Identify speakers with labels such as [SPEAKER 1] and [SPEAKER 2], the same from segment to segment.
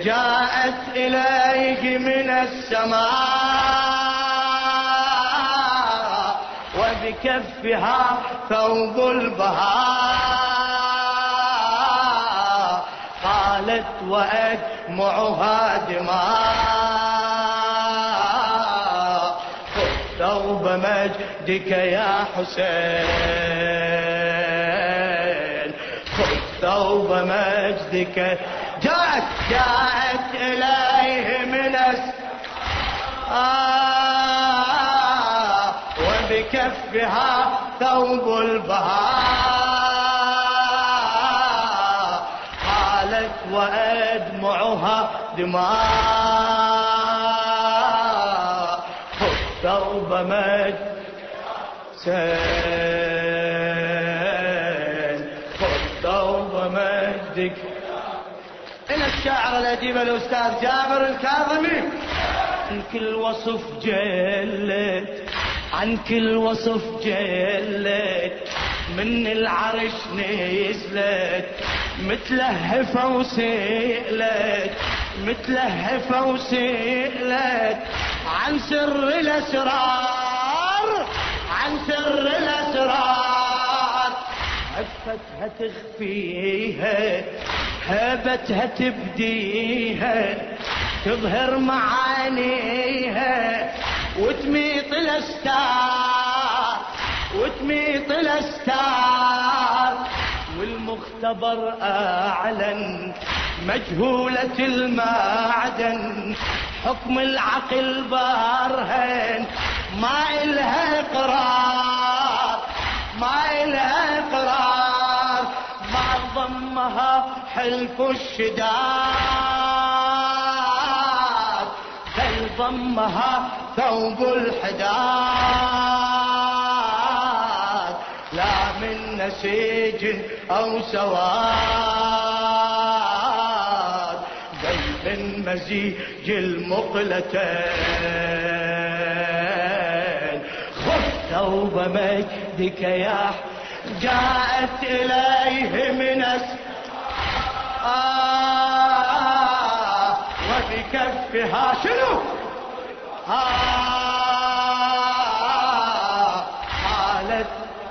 [SPEAKER 1] جاءت إليه من السماء وبكفها ثوب البهاء قالت وأدمعها دماء خذ ثوب مجدك يا حسين خذ ثوب مجدك. جاءت إليه من وبكفها ثوب البهاء قالت وأدمعها دماء خذ ثوب مجدك خذ ثوب مجدك. إلى الشاعر الأديب الأستاذ جابر الكاظمي. عن كل وصف جلت عن كل وصف جلت من العرش نزلت متلهفة وسئلت متلهفة وسئلت عن سر الأسرار عن سر الأسرار عفتها تخفيها هبتها تبديها تظهر معانيها وتميط الأستار وتميط الأستار والمختبر أعلن مجهولة المعدن حكم العقل برهن ما إلها إقرار ما إلها إقرار ما ضمها حلف الشداد بل ضمها ثوب الحداد لا من نسيج أو سواد بل من مزيج المقلتين خذ ثوب مجدك يا جاءت إليه من وبكفها شنو قالت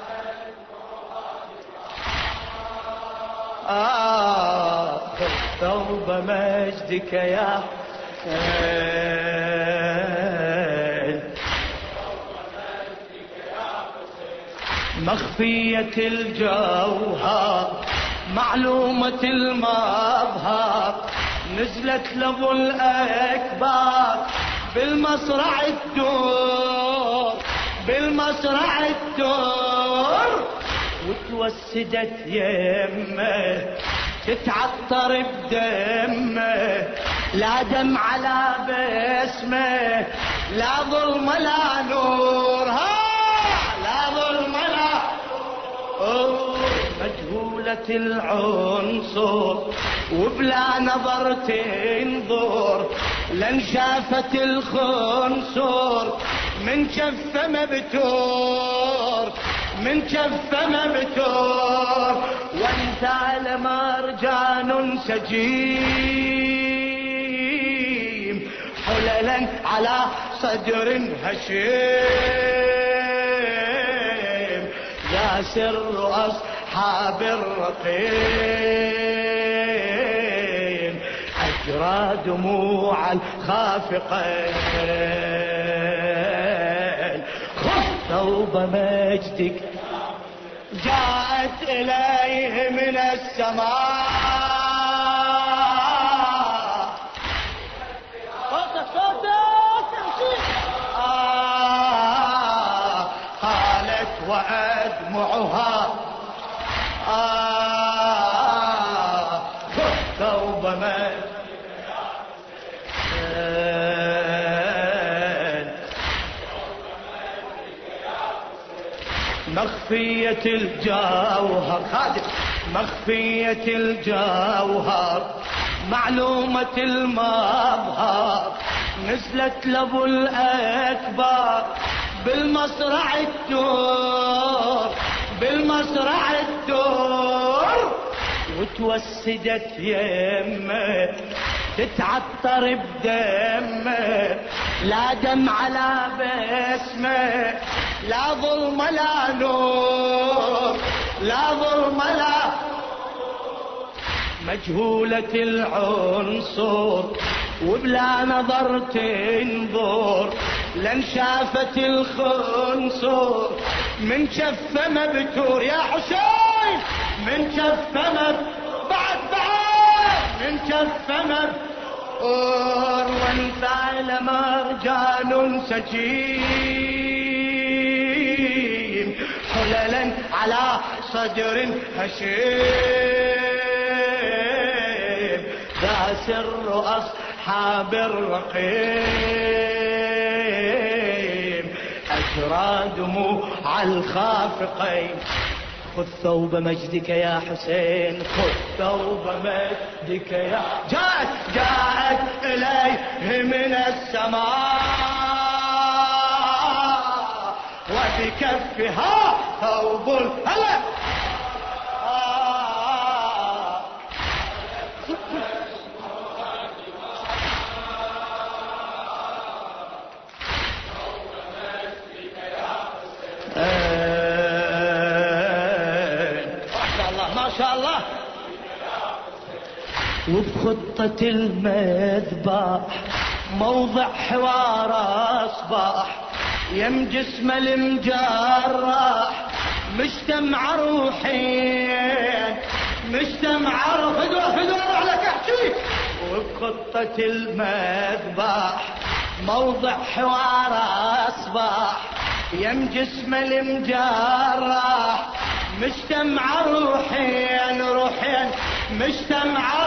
[SPEAKER 1] خذ ثوب مجدك يا مخفية الجوهر معلومة المظهر نزلت لابو الأكبر بالمصرع الدور بالمصرع الدور وتوسدت يمه تتعطر بدمه لا دم على باسمه لا ظلم لا نور لا ظلم لا مجهولة العنصر وبلا نظر تنظر لن شافت الخنصر من كفه مبتور من كفه مبتور وانت لمرجان سجيم حللا على صدر هشيم يا سر أصحاب الرقيم أجرى دموع الخافقين خذ ثوب مجدك جاءت إليه من السماء صوتك قالت وأدمعها خذ ثوب مجدك مخفية الجوهر خادم مخفية الجوهر معلومة المظهر نزلت لابو الأكبر بالمصرع الدور بالمصرع الدور وتوسدت يمه تتعطر بدمه، لا دمع لا بسمه، لا ظلم لا نور، لا ظلم لا مجهولة العنصر وبلا نظر تنظر، لن شافت الخنصر من شف مبتور يا حسين، من شف بعد من شف مبتور، وانفعل مرجان سجين حللا على صدر هشيم، ذا سر أصحاب الرقيم، أجرى دموع الخافقين. خذ ثوب مجدك يا حسين، خذ ثوب مجدك يا جاءت إليه من السماء وبكفها ثوب هلا ما شاء الله. وبخطة المذبح موضع حوار أصبح، يم جسم المجرح مجتمع روحين، مجتمع فدوى على كحشي. وبخطة المذبح موضع حوار أصبح، يم جسم المجرح مجتمع روحين، مجتمع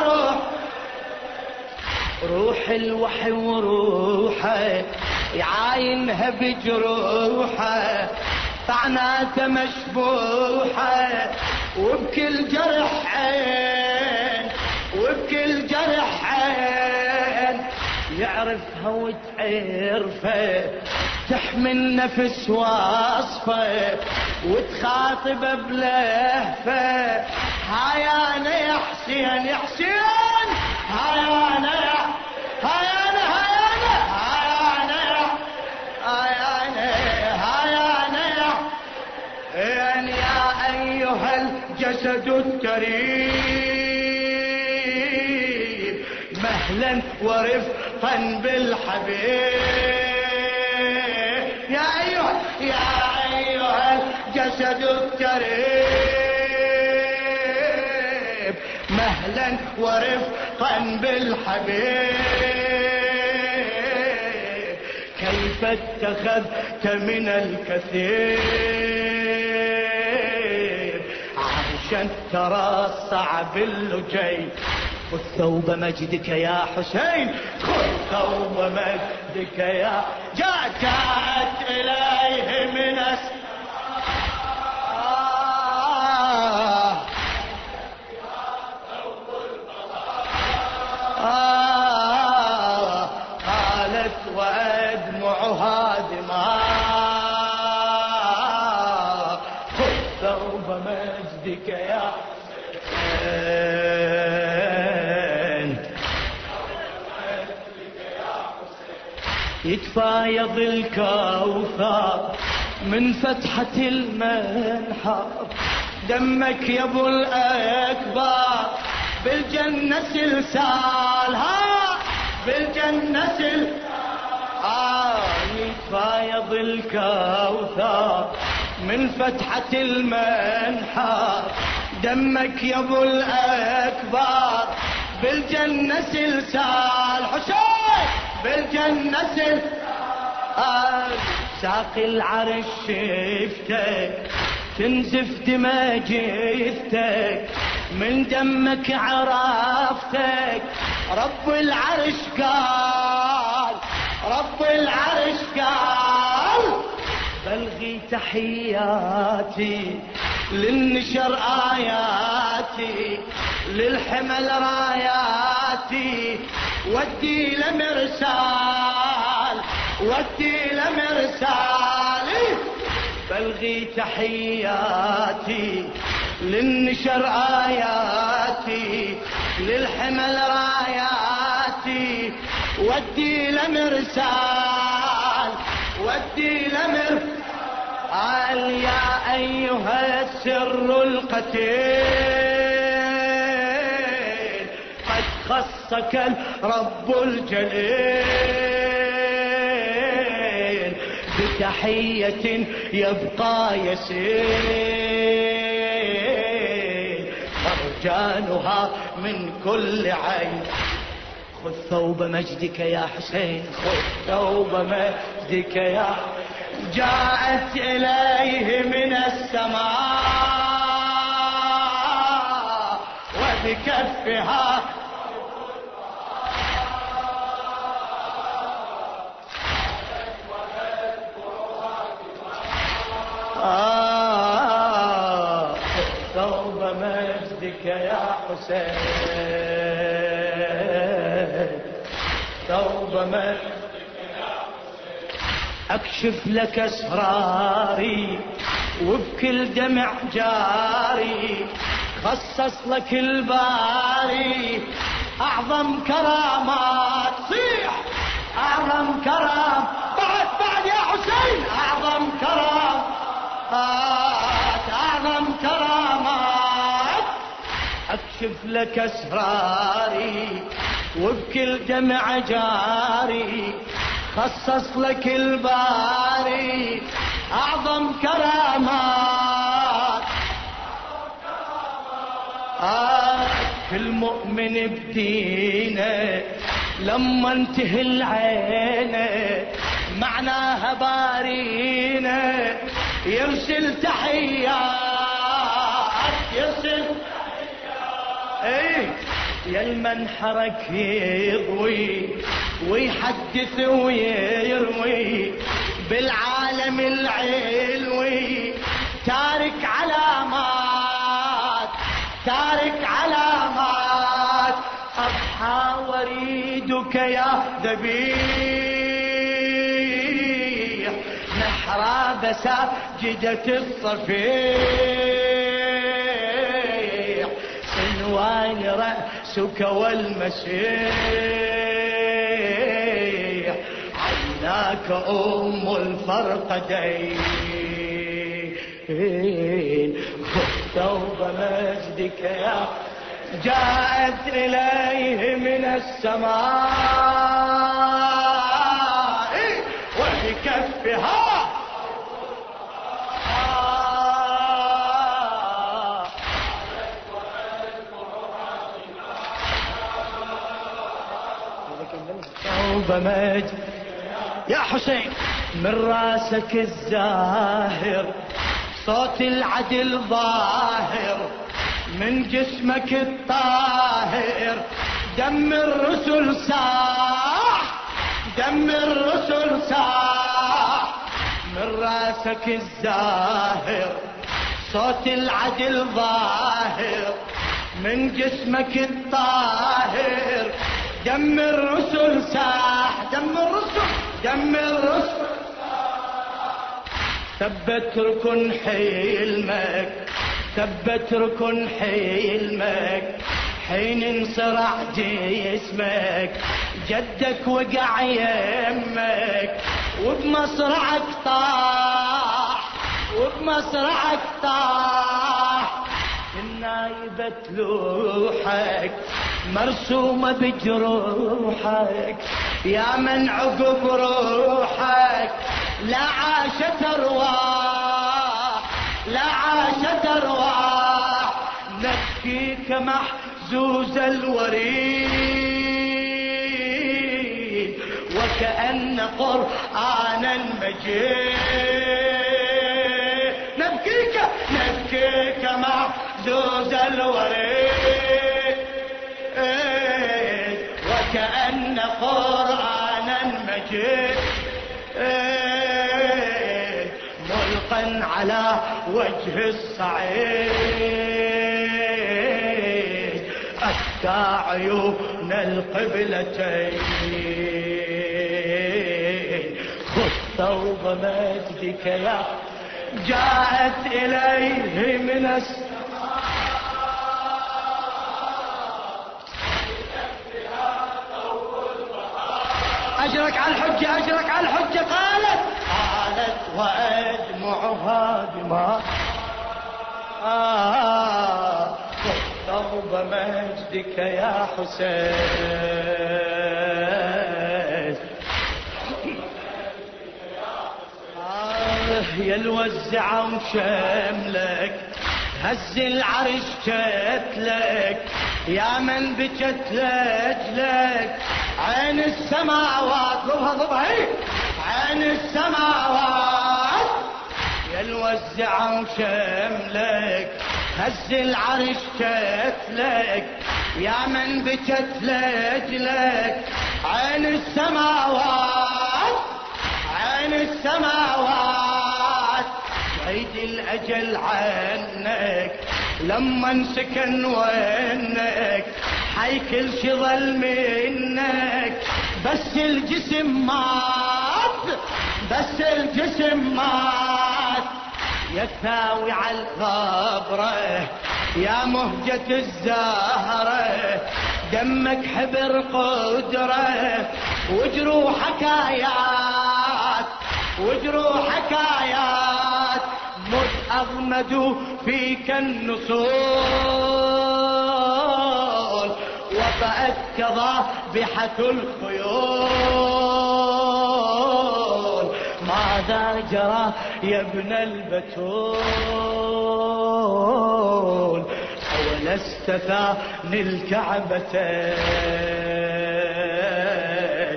[SPEAKER 1] روح الوحي وروحه يعاينها بجروحه، طعناته مشبوحه وبكل جرح عين، وبكل جرح عين يعرفها وتعرفه، تحمي النفس واصفه وتخاطب بلهفه. هاي انا يا حسين يا حسين، هاي انا يا هاي انا هاي انا هاي انا يا هاي انا هاي انا يا ايها الجسد الكريم، مهلا ورفقا بالحبيب. يا ايها الجسد الكريم، مهلا ورفقا بالحبيب. كيف اتخذت من الكثير عشان ترى الصعب اللجي. خذ ثوب مجدك يا حسين، خذ ثوب مجدك يا جاءت إليه من قالت وأدمعها دماء. خذ ثوب مجدك يا حسين، يتفايض الكوثر من فتحة المنحر، دمك يا ابو الاكبر بالجنة سلسال، ها بالجنة يتفايض الكوثر من فتحة المنحر، دمك يا ابو الاكبر بالجنة سلسال. حسين بالجنة سلسال، ساقي العرش شفتك تنزف دمى جثتك، من دمك عرفتك. رب العرش قال، رب العرش قال بلغي تحياتي للنشر آياتي، للحمل راياتي، ودي لمرسال، ودي لمرسالي. بلغي تحياتي للنشر آياتي، للحمل راياتي، ودي لمرسال ودي لمرسال يا أيها السر القتيل قد خصك الرب الجليل بتحية يبقى يسير مرجانها من كل عين. خذ ثوب مجدك يا حسين خذ ثوب مجدك يا جاءت إليه من السماء وبكفها ثوب مجدك يا حسين ثوب مجدك يا حسين أكشف لك أسراري وبكل دمع جاري خصص لك الباري أعظم كرامات صيح أعظم كرام بعد يا حسين أعظم كرامات أعظم كرامات أكشف لك أسراري وبكل دمع جاري خصص لك الباري أعظم كرامات كل مؤمن بدينه لما انتهي العينه معناها بارينا يرسل تحيات يرسل ايه يا المنحرك يضوي ويحدث ويروي بالعالم العلوي تارك علامات أضحى وريدك يا ذبيح محراب ساجدة الصفيح عنوان رأسك والمسيح عيناك أم الفرقدين خذ ثوب مجدك يا جاءت إليه من السماء وبكفها ثوب مجد يا حسين من راسك الزاهر صوت العدل ظاهر من جسمك الطاهر دم الرسل ساح من راسك الزاهر صوت العدل ظاهر من جسمك الطاهر دم الرسل ساح دم الرسل ثبت ركن حلمك حين انصرع جسمك جدك وقع يمك وبمصرعك طاح النايبة لوحك مرسومة بجروحك يا من عقب روحك لا عاشت أرواح نبكيك محزوز الوريد وكأن قرآنا مجيد نبكيك محزوز الوريد وكأن قرآنا مجيد ملقا على وجه الصعيد أتى عيون القبلتين خذ ثوب مجدك يا جاءت إليه من السماء أجرك على الحجة أجرك على الحجة. قالت وأدمعها دماء ثوب مجدك يا حسين. يا الوزع وشملك هز العرش كتلك يا من بكت لجلك عين السماوات. ضبها عين السماوات. يا الوزع وشملك هز العرش كتلك يا من بكت لجلك عين السماوات. عين السماوات. عيد الأجل عنك لما انسكن وينك حي كل شي ظل منك بس الجسم مات. بس الجسم مات. يا ثاوي على الغبرة يا مهجة الزهرة دمك حبر قدرة وجروحك آيات. وجروحك آيات. مت أغمد فيك النصول وطأت كضابحة الخيول. ماذا جرى يا ابن البتول ولست ثاني الكعبتين.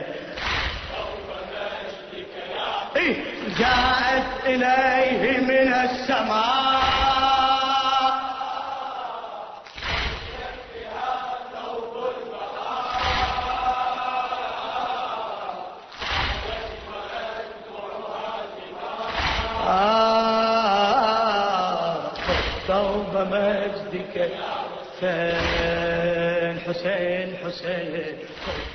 [SPEAKER 1] جاءت إليه من السماء ثوب مجدك حسين حسين حسين.